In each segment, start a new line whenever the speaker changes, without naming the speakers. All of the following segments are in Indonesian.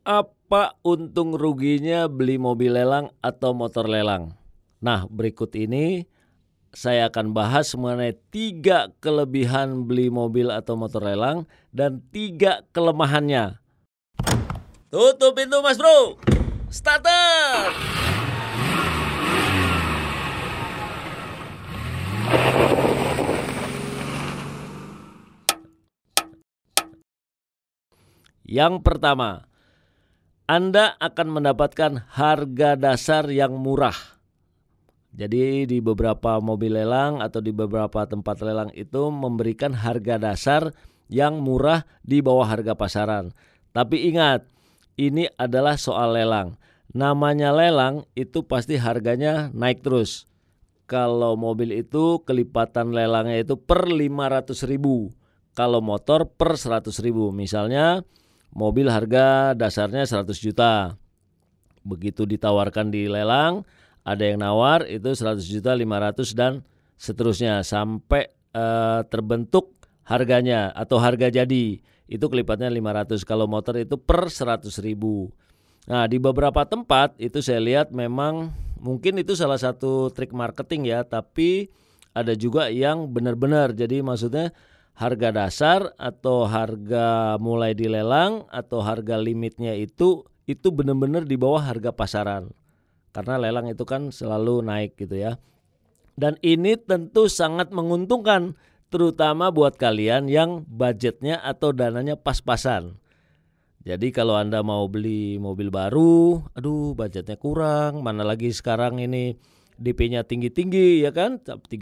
Apa untung ruginya beli mobil lelang atau motor lelang? Nah, berikut ini saya akan bahas mengenai 3 kelebihan beli mobil atau motor lelang dan 3 kelemahannya. Tutup pintu Mas Bro. Starter. Yang pertama, Anda akan mendapatkan harga dasar yang murah. Jadi di beberapa mobil lelang atau di beberapa tempat lelang itu memberikan harga dasar yang murah di bawah harga pasaran. Tapi ingat, ini adalah soal lelang. Namanya lelang itu pasti harganya naik terus. Kalau mobil itu kelipatan lelangnya itu per 500.000. Kalau motor per 100.000. Misalnya mobil harga dasarnya 100 juta. Begitu ditawarkan di lelang, ada yang nawar itu 100 juta, 500 dan seterusnya sampai terbentuk harganya atau harga jadi. Itu kelipatnya 500. Kalau motor itu per 100.000. Nah, di beberapa tempat itu saya lihat memang mungkin itu salah satu trik marketing ya, tapi ada juga yang benar-benar. Jadi maksudnya harga dasar atau harga mulai dilelang atau harga limitnya itu benar-benar di bawah harga pasaran. Karena lelang itu kan selalu naik gitu ya. Dan ini tentu sangat menguntungkan terutama buat kalian yang budgetnya atau dananya pas-pasan. Jadi kalau Anda mau beli mobil baru, budgetnya kurang, mana lagi sekarang ini DP-nya tinggi-tinggi ya kan,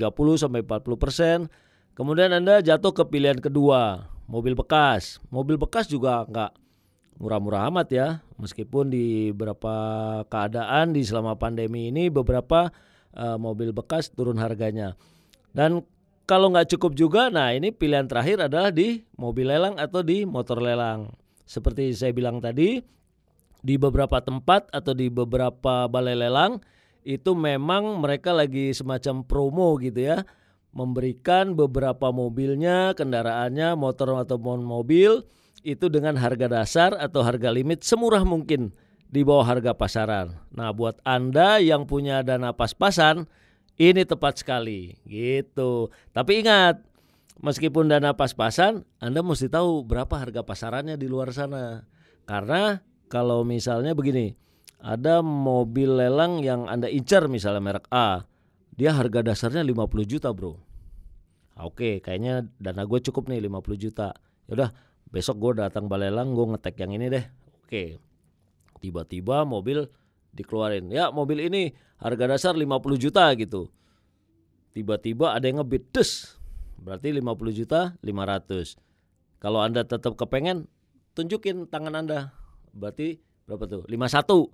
30-40%. Kemudian Anda jatuh ke pilihan kedua, mobil bekas. Mobil bekas juga enggak murah-murah amat ya. Meskipun di beberapa keadaan di selama pandemi ini beberapa mobil bekas turun harganya. Dan kalau enggak cukup juga, nah ini pilihan terakhir adalah di mobil lelang atau di motor lelang. Seperti saya bilang tadi, di beberapa tempat atau di beberapa balai lelang itu memang mereka lagi semacam promo gitu ya. Memberikan beberapa mobilnya, kendaraannya, motor ataupun mobil itu dengan harga dasar atau harga limit semurah mungkin di bawah harga pasaran. Nah, buat Anda yang punya dana pas-pasan, ini tepat sekali gitu. Tapi ingat, meskipun dana pas-pasan, Anda mesti tahu berapa harga pasarannya di luar sana. Karena kalau misalnya begini, ada mobil lelang yang Anda incar misalnya merek A, dia harga dasarnya 50 juta bro. Oke, kayaknya dana gue cukup nih 50 juta. Yaudah, besok gue datang balai lelang, gue ngetek yang ini deh. Oke, tiba-tiba mobil dikeluarin. Ya mobil ini harga dasar 50 juta gitu. Tiba-tiba ada yang ngebid, berarti 50 juta 500. Kalau Anda tetap kepengen, tunjukin tangan Anda. Berarti berapa tuh? 51,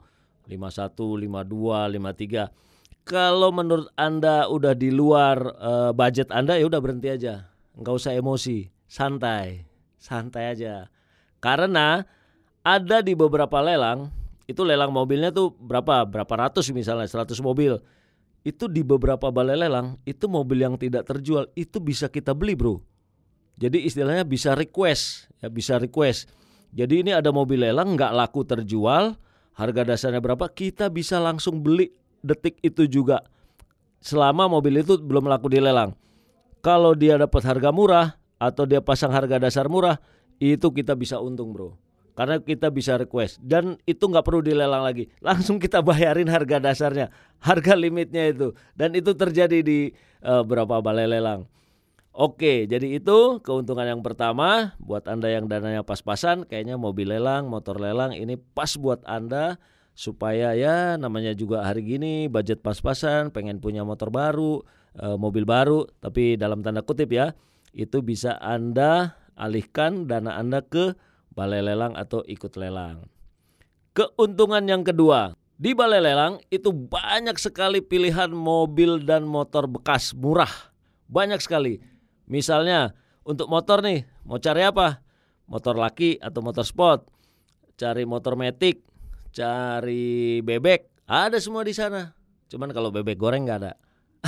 52, 53. Kalau menurut Anda udah di luar budget Anda, ya udah berhenti aja. Enggak usah emosi, santai aja. Karena ada di beberapa lelang, itu lelang mobilnya tuh berapa ratus misalnya 100 mobil. Itu di beberapa balai lelang, itu mobil yang tidak terjual itu bisa kita beli, bro. Jadi istilahnya bisa request. Jadi ini ada mobil lelang nggak laku terjual, harga dasarnya berapa, kita bisa langsung beli detik itu juga selama mobil itu belum laku di lelang. Kalau dia dapat harga murah atau dia pasang harga dasar murah, itu kita bisa untung bro, karena kita bisa request dan itu nggak perlu dilelang lagi, langsung kita bayarin harga dasarnya, harga limitnya itu, dan itu terjadi di berapa balai lelang. Oke, jadi itu keuntungan yang pertama buat Anda yang dananya pas-pasan. Kayaknya mobil lelang, motor lelang ini pas buat Anda. Supaya ya namanya juga hari gini budget pas-pasan, pengen punya motor baru, mobil baru, tapi dalam tanda kutip ya, itu bisa Anda alihkan dana Anda ke balai lelang atau ikut lelang. Keuntungan yang kedua, di balai lelang itu banyak sekali pilihan mobil dan motor bekas murah, banyak sekali. Misalnya untuk motor nih, mau cari apa? Motor laki atau motor sport, cari motor matic, cari bebek, ada semua di sana. Cuman kalau bebek goreng nggak ada.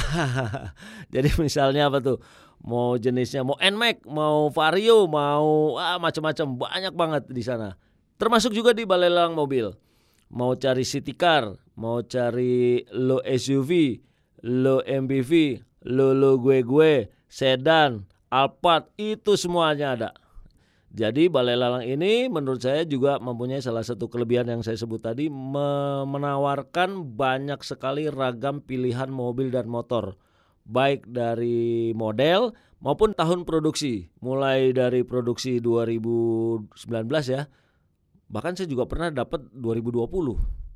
Jadi misalnya apa tuh? Mau jenisnya, mau NMAX, mau Vario, mau macam-macam, banyak banget di sana. Termasuk juga di balai lelang mobil. Mau cari city car, mau cari low SUV, low MPV, low gue, sedan, Alphard, itu semuanya ada. Jadi balai lelang ini menurut saya juga mempunyai salah satu kelebihan yang saya sebut tadi, menawarkan banyak sekali ragam pilihan mobil dan motor, baik dari model maupun tahun produksi, mulai dari produksi 2019 ya. Bahkan saya juga pernah dapat 2020,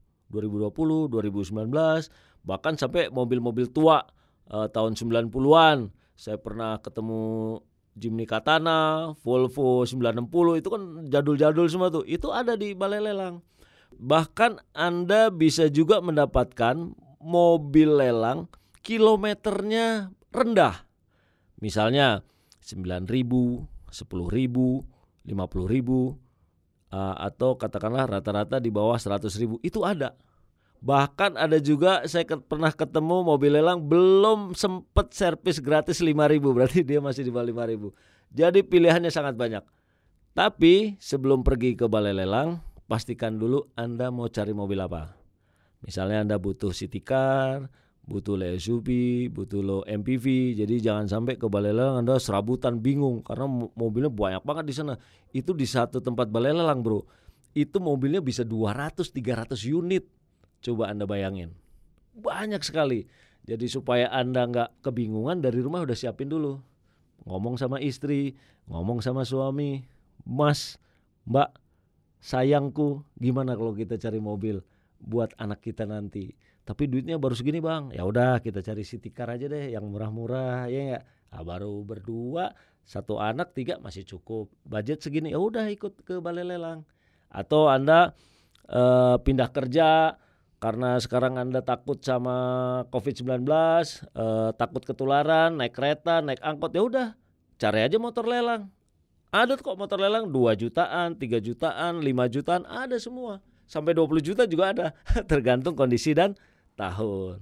2019, bahkan sampai mobil-mobil tua tahun 90-an. Saya pernah ketemu Jimny Katana, Volvo 960, itu kan jadul-jadul semua tuh. Itu ada di balai lelang. Bahkan Anda bisa juga mendapatkan mobil lelang kilometernya rendah. Misalnya 9.000, 10.000, 50.000, atau katakanlah rata-rata di bawah 100.000. Itu ada. Bahkan ada juga saya pernah ketemu mobil lelang belum sempat servis gratis 5.000, berarti dia masih di bawah 5.000. Jadi pilihannya sangat banyak. Tapi sebelum pergi ke balai lelang, pastikan dulu Anda mau cari mobil apa. Misalnya Anda butuh city car, butuh low SUV, butuh low MPV. Jadi jangan sampai ke balai lelang Anda serabutan bingung karena mobilnya banyak banget di sana. Itu di satu tempat balai lelang, bro. Itu mobilnya bisa 200-300 unit. Coba Anda bayangin, banyak sekali. Jadi supaya Anda nggak kebingungan, dari rumah udah siapin dulu. Ngomong sama istri, ngomong sama suami, Mas, Mbak, sayangku, gimana kalau kita cari mobil buat anak kita nanti? Tapi duitnya baru segini bang. Ya udah kita cari city car aja deh, yang murah-murah, ya nggak? Baru berdua, satu anak, 3 masih cukup. Budget segini, ya udah ikut ke balai lelang. Atau Anda pindah kerja. Karena sekarang Anda takut sama COVID-19, takut ketularan, naik kereta, naik angkot, ya udah cari aja motor lelang. Ada kok motor lelang 2 jutaan, 3 jutaan, 5 jutaan, ada semua. Sampai 20 juta juga ada, tergantung kondisi dan tahun.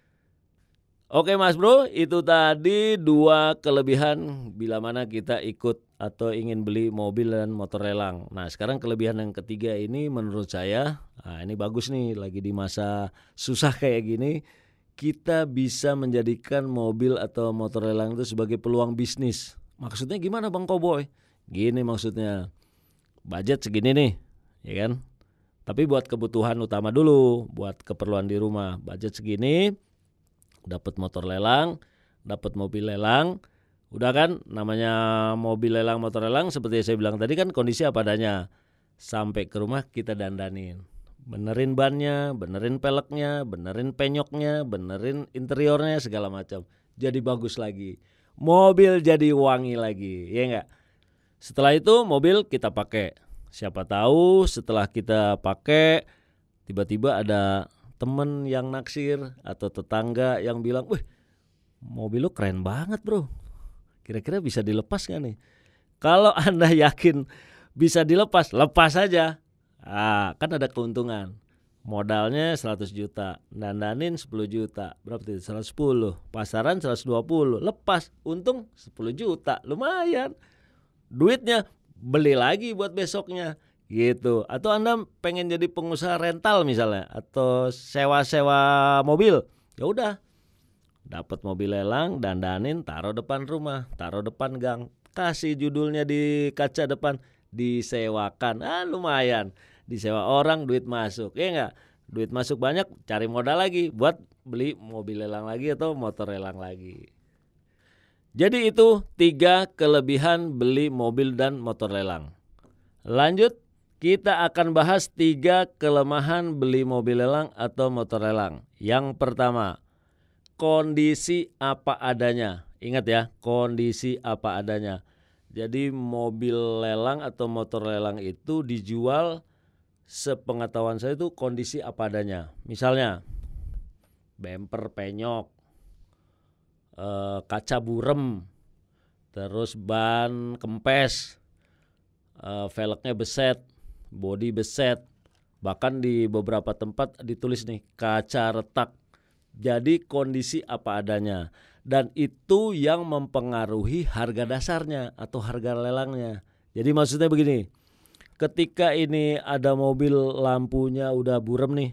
Oke Mas Bro, itu tadi 2 kelebihan bila mana kita ikut atau ingin beli mobil dan motor lelang. Nah sekarang kelebihan yang ketiga ini menurut saya, ini bagus nih, lagi di masa susah kayak gini, kita bisa menjadikan mobil atau motor lelang itu sebagai peluang bisnis. Maksudnya gimana Bang Koboy? Gini maksudnya, budget segini nih, ya kan? Tapi buat kebutuhan utama dulu, buat keperluan di rumah, budget segini, dapat motor lelang, dapat mobil lelang, udah kan, namanya mobil lelang, motor lelang seperti yang saya bilang tadi kan kondisi apa adanya. Sampai ke rumah kita dandanin, benerin bannya, benerin peleknya, benerin penyoknya, benerin interiornya, segala macam. Jadi bagus lagi, mobil jadi wangi lagi, ya enggak? Setelah itu mobil kita pakai. Siapa tahu setelah kita pakai tiba-tiba ada temen yang naksir atau tetangga yang bilang, "Wih, mobil lu keren banget bro, kira-kira bisa dilepas gak nih?" Kalau Anda yakin bisa dilepas, lepas aja. Kan ada keuntungan. Modalnya 100 juta, dandanin 10 juta, berapa itu? 110, pasaran 120, lepas, untung 10 juta, lumayan. Duitnya beli lagi buat besoknya. Gitu. Atau Anda pengen jadi pengusaha rental misalnya atau sewa-sewa mobil, ya udah dapat mobil lelang, dandanin, taruh depan rumah, taruh depan gang, kasih judulnya di kaca depan, disewakan. Lumayan, disewa orang, duit masuk, ya enggak? Duit masuk banyak, cari modal lagi buat beli mobil lelang lagi atau motor lelang lagi. Jadi itu 3 kelebihan beli mobil dan motor lelang. Lanjut, kita akan bahas 3 kelemahan beli mobil lelang atau motor lelang. Yang pertama, kondisi apa adanya. Ingat ya, kondisi apa adanya. Jadi mobil lelang atau motor lelang itu dijual, sepengetahuan saya itu kondisi apa adanya. Misalnya, bemper penyok, kaca burem, terus ban kempes, velgnya beset, bodi beset, bahkan di beberapa tempat ditulis nih kaca retak. Jadi kondisi apa adanya, dan itu yang mempengaruhi harga dasarnya atau harga lelangnya. Jadi maksudnya begini, ketika ini ada mobil lampunya udah burem nih,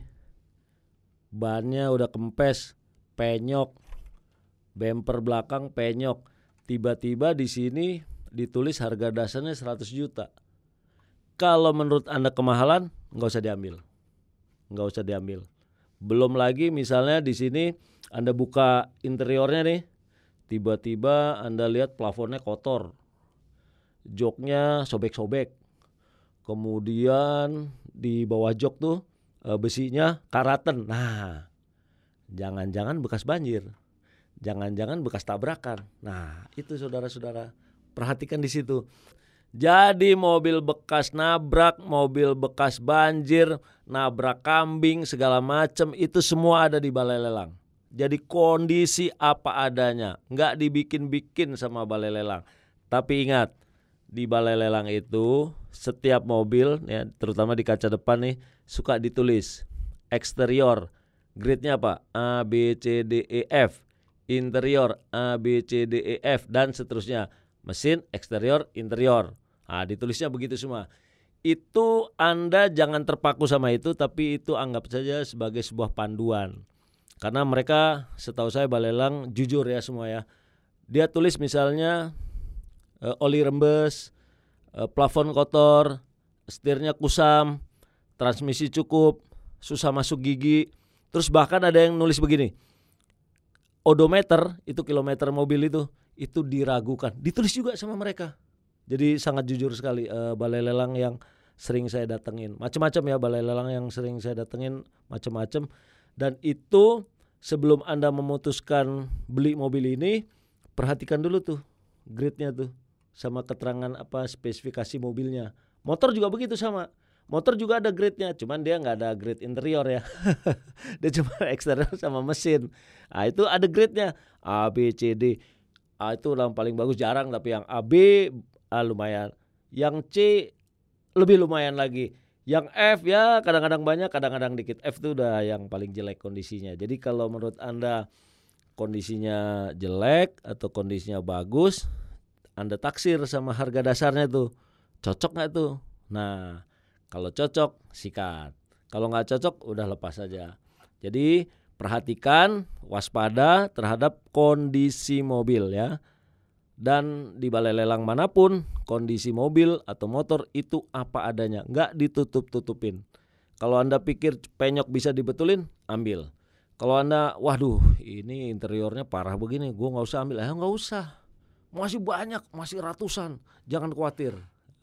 bannya udah kempes, penyok, bumper belakang penyok, tiba-tiba di sini ditulis harga dasarnya 100 juta. Kalau menurut Anda kemahalan, nggak usah diambil. Belum lagi misalnya di sini Anda buka interiornya nih, tiba-tiba Anda lihat plafonnya kotor, joknya sobek-sobek, kemudian di bawah jok tuh besinya karaten. Nah, jangan-jangan bekas banjir, jangan-jangan bekas tabrakan. Nah, itu saudara-saudara, perhatikan di situ. Jadi mobil bekas nabrak, mobil bekas banjir, nabrak kambing, segala macam itu semua ada di balai lelang. Jadi kondisi apa adanya, nggak dibikin-bikin sama balai lelang. Tapi ingat, di balai lelang itu setiap mobil, ya, terutama di kaca depan nih, suka ditulis eksterior, grade-nya apa? A, B, C, D, E, F. Interior A, B, C, D, E, F dan seterusnya. Mesin, eksterior, interior. Nah, ditulisnya begitu semua. Itu Anda jangan terpaku sama itu, tapi itu anggap saja sebagai sebuah panduan. Karena mereka, setahu saya balai lelang jujur ya semua ya. Dia tulis misalnya oli rembes, plafon kotor, setirnya kusam, transmisi cukup, susah masuk gigi. Terus bahkan ada yang nulis begini, odometer, itu kilometer mobil itu diragukan. Ditulis juga sama mereka. Jadi sangat jujur sekali balai lelang yang sering saya datengin. Macam-macam ya balai lelang yang sering saya datengin, macam-macam. Dan itu sebelum Anda memutuskan beli mobil ini, perhatikan dulu tuh grade-nya tuh sama keterangan apa spesifikasi mobilnya. Motor juga begitu sama. Motor juga ada grade-nya, cuman dia nggak ada grade interior ya. Dia cuma eksterior sama mesin. Nah, itu ada grade-nya A, B, C, D. A itu yang paling bagus, jarang, tapi yang A, B lumayan. Yang C lebih lumayan lagi. Yang F ya kadang-kadang banyak, kadang-kadang dikit. F itu udah yang paling jelek kondisinya. Jadi kalau menurut Anda kondisinya jelek atau kondisinya bagus, Anda taksir sama harga dasarnya tuh. Cocok nggak tuh? Nah, kalau cocok sikat. Kalau nggak cocok udah lepas aja. Jadi perhatikan, waspada terhadap kondisi mobil ya. Dan di balai lelang manapun kondisi mobil atau motor itu apa adanya, nggak ditutup-tutupin. Kalau Anda pikir penyok bisa dibetulin, ambil. Kalau Anda, waduh ini interiornya parah begini, gue nggak usah ambil. Nggak usah, masih banyak, masih ratusan, jangan khawatir.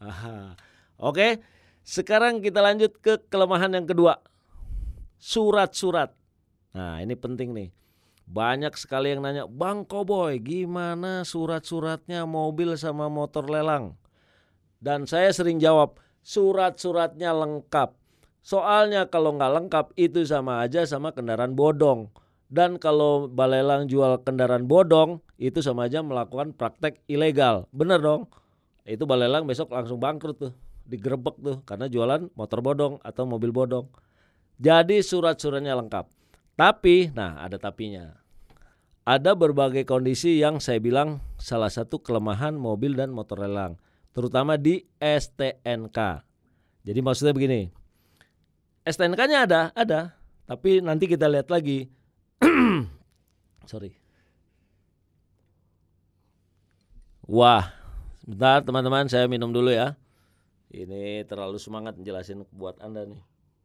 Oke, sekarang kita lanjut ke kelemahan yang kedua, surat-surat. Nah ini penting nih. Banyak sekali yang nanya, Bang Koboy gimana surat-suratnya mobil sama motor lelang? Dan saya sering jawab, surat-suratnya lengkap. Soalnya kalau nggak lengkap itu sama aja sama kendaraan bodong. Dan kalau balai lelang jual kendaraan bodong, itu sama aja melakukan praktek ilegal. Bener dong? Itu balai lelang besok langsung bangkrut tuh, digerebek tuh karena jualan motor bodong atau mobil bodong. Jadi surat-suratnya lengkap. Tapi, nah ada tapinya. Ada berbagai kondisi yang saya bilang salah satu kelemahan mobil dan motor lelang, terutama di STNK. Jadi maksudnya begini, STNK-nya ada, tapi nanti kita lihat lagi. Sorry. Wah, sebentar teman-teman, saya minum dulu ya. Ini terlalu semangat menjelasin buat Anda nih.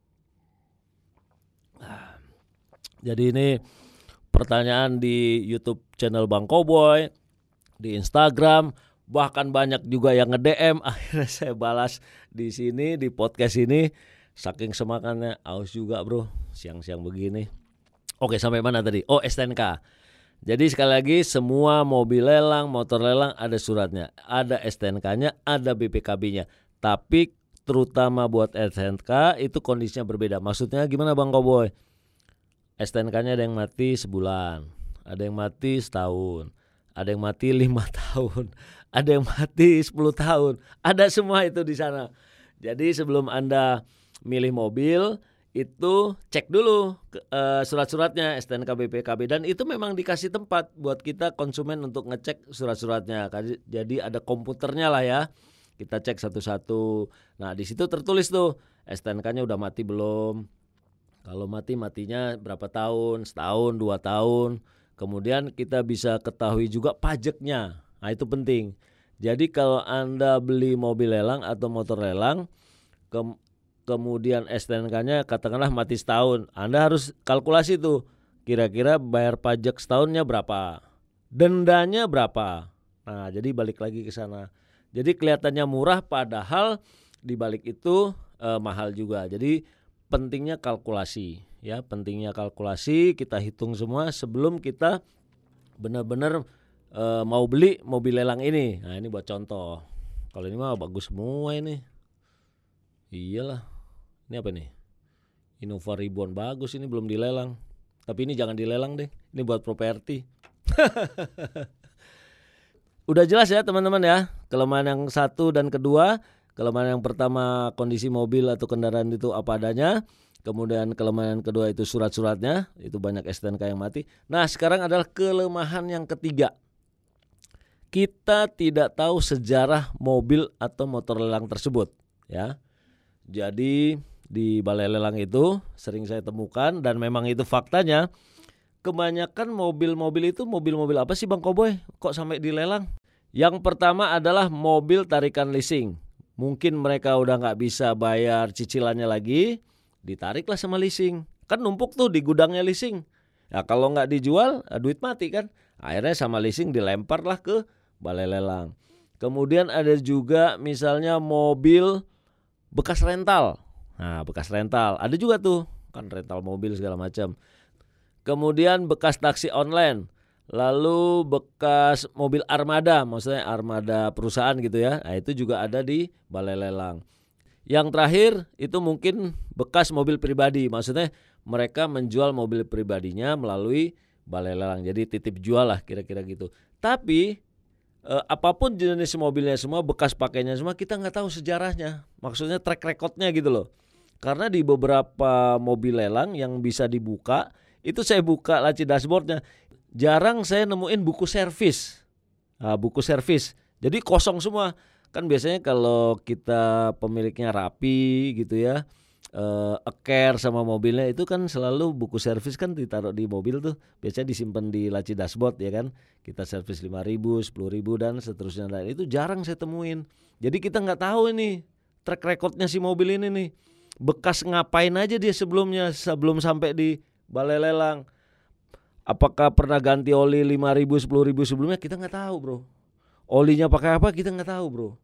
Jadi ini pertanyaan di YouTube channel Bang Koboy, di Instagram, bahkan banyak juga yang nge-DM. Akhirnya saya balas di sini, di podcast ini. Saking semangatnya, aus juga bro, siang-siang begini. Oke, sampai mana tadi? Oh, STNK. Jadi sekali lagi, semua mobil lelang, motor lelang ada suratnya, ada STNK-nya, ada BPKB-nya. Tapi terutama buat STNK itu kondisinya berbeda. Maksudnya gimana Bang Koboy? STNK-nya ada yang mati sebulan, ada yang mati setahun, ada yang mati 5 tahun, ada yang mati 10 tahun, ada semua itu di sana. Jadi sebelum Anda milih mobil itu cek dulu surat-suratnya STNK BPKB, dan itu memang dikasih tempat buat kita konsumen untuk ngecek surat-suratnya. Jadi ada komputernya lah ya, Kita cek satu-satu. Nah, di situ tertulis tuh STNK-nya udah mati belum. Kalau matinya berapa tahun, setahun, 2 tahun. Kemudian kita bisa ketahui juga pajaknya. Nah, itu penting. Jadi kalau Anda beli mobil lelang atau motor lelang, kemudian STNK-nya katakanlah mati setahun, Anda harus kalkulasi tuh kira-kira bayar pajak setahunnya berapa, dendanya berapa. Nah, jadi balik lagi ke sana. Jadi kelihatannya murah padahal di balik itu mahal juga. Jadi pentingnya kalkulasi, ya, pentingnya kalkulasi, kita hitung semua sebelum kita benar-benar mau beli mobil lelang ini. Nah, ini buat contoh. Kalau ini mah bagus semua ini. Iyalah. Ini apa nih? Innova ribuan bagus, ini belum dilelang. Tapi ini jangan dilelang deh. Ini buat properti. Udah jelas ya teman-teman ya. Kelemahan yang satu dan kedua. Kelemahan yang pertama kondisi mobil atau kendaraan itu apa adanya. Kemudian kelemahan yang kedua itu surat-suratnya. Itu banyak STNK yang mati. Nah, sekarang adalah kelemahan yang ketiga. Kita tidak tahu sejarah mobil atau motor lelang tersebut, ya. Jadi di balai lelang itu sering saya temukan dan memang itu faktanya, kebanyakan mobil-mobil itu mobil-mobil apa sih Bang Koboy? Kok sampai dilelang? Yang pertama adalah mobil tarikan leasing. Mungkin mereka udah nggak bisa bayar cicilannya lagi, ditariklah sama leasing. Kan numpuk tuh di gudangnya leasing. Ya kalau nggak dijual, duit mati kan. Akhirnya sama leasing dilemparlah ke balai lelang. Kemudian ada juga misalnya mobil bekas rental. Nah, bekas rental ada juga tuh, kan rental mobil segala macam. Kemudian bekas taksi online, lalu bekas mobil armada, maksudnya armada perusahaan gitu ya. Nah, itu juga ada di balai lelang. Yang terakhir itu mungkin bekas mobil pribadi, maksudnya mereka menjual mobil pribadinya melalui balai lelang. Jadi titip jual lah kira-kira gitu. Tapi apapun jenis mobilnya semua, bekas pakainya semua, kita nggak tahu sejarahnya. Maksudnya track recordnya gitu loh. Karena di beberapa mobil lelang yang bisa dibuka, itu saya buka laci dashboardnya, jarang saya nemuin buku servis. Nah, buku servis. Jadi kosong semua. Kan biasanya kalau kita pemiliknya rapi gitu ya, care sama mobilnya, itu kan selalu buku servis kan ditaruh di mobil tuh, biasanya disimpan di laci dashboard ya kan. Kita servis 5.000, 10.000 dan seterusnya. Dan itu jarang saya temuin. Jadi kita nggak tahu ini track recordnya si mobil ini nih, bekas ngapain aja dia sebelumnya sebelum sampai di balai lelang. Apakah pernah ganti oli 5.000, 10.000 sebelumnya, kita nggak tahu bro. Olinya pakai apa kita nggak tahu bro.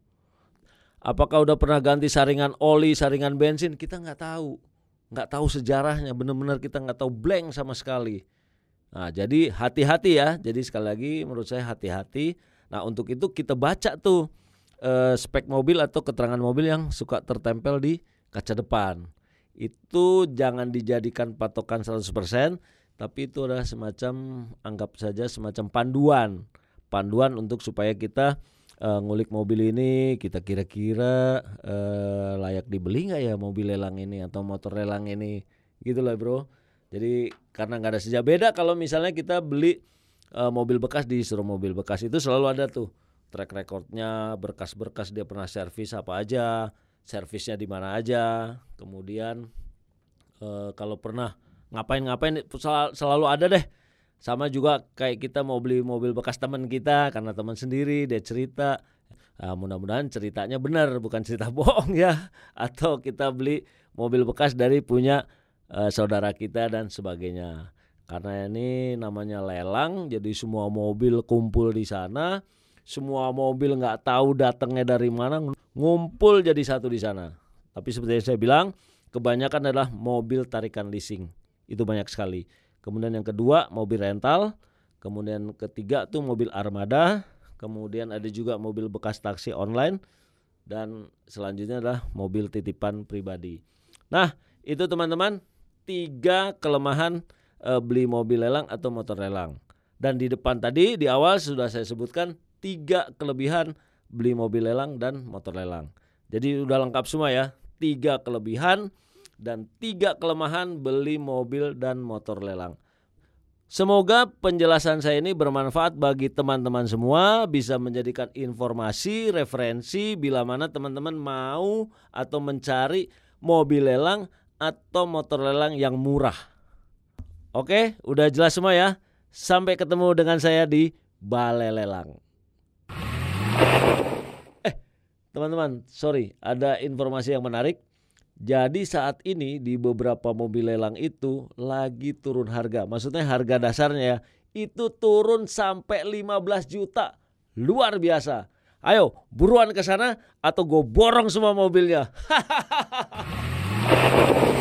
Apakah udah pernah ganti saringan oli, saringan bensin, kita nggak tahu. Nggak tahu sejarahnya, benar-benar kita nggak tahu, blank sama sekali. Nah, jadi hati-hati ya. Jadi sekali lagi menurut saya hati-hati. Nah, untuk itu kita baca tuh spek mobil atau keterangan mobil yang suka tertempel di kaca depan. Itu jangan dijadikan patokan 100%, tapi itu adalah semacam, anggap saja semacam panduan untuk supaya kita ngulik mobil ini, kita kira-kira layak dibeli nggak ya mobil lelang ini atau motor lelang ini, gitu lah bro. Jadi karena nggak ada sejarah, beda kalau misalnya kita beli mobil bekas di showroom mobil bekas, itu selalu ada tuh track recordnya, berkas-berkas dia pernah servis apa aja, servisnya di mana aja, kemudian kalau pernah ngapain selalu ada deh. Sama juga kayak kita mau beli mobil bekas teman kita, karena teman sendiri dia cerita, mudah-mudahan ceritanya benar bukan cerita bohong ya, atau kita beli mobil bekas dari punya saudara kita dan sebagainya. Karena ini namanya lelang, jadi semua mobil kumpul di sana, semua mobil nggak tahu datangnya dari mana, ngumpul jadi satu di sana. Tapi seperti yang saya bilang, kebanyakan adalah mobil tarikan leasing, itu banyak sekali. Kemudian yang kedua mobil rental, kemudian ketiga tuh mobil armada, kemudian ada juga mobil bekas taksi online, dan selanjutnya adalah mobil titipan pribadi. Nah, itu teman-teman 3 kelemahan beli mobil lelang atau motor lelang. Dan di depan tadi di awal sudah saya sebutkan 3 kelebihan beli mobil lelang dan motor lelang. Jadi udah lengkap semua ya, 3 kelebihan dan 3 kelemahan beli mobil dan motor lelang. Semoga penjelasan saya ini bermanfaat bagi teman-teman semua, bisa menjadikan informasi, referensi bila mana teman-teman mau atau mencari mobil lelang atau motor lelang yang murah. Oke, udah jelas semua ya? Sampai ketemu dengan saya di Balai Lelang. Teman-teman, sorry, ada informasi yang menarik. Jadi saat ini di beberapa mobil lelang itu lagi turun harga. Maksudnya harga dasarnya ya, itu turun sampai 15 juta. Luar biasa. Ayo buruan ke sana atau gue borong semua mobilnya.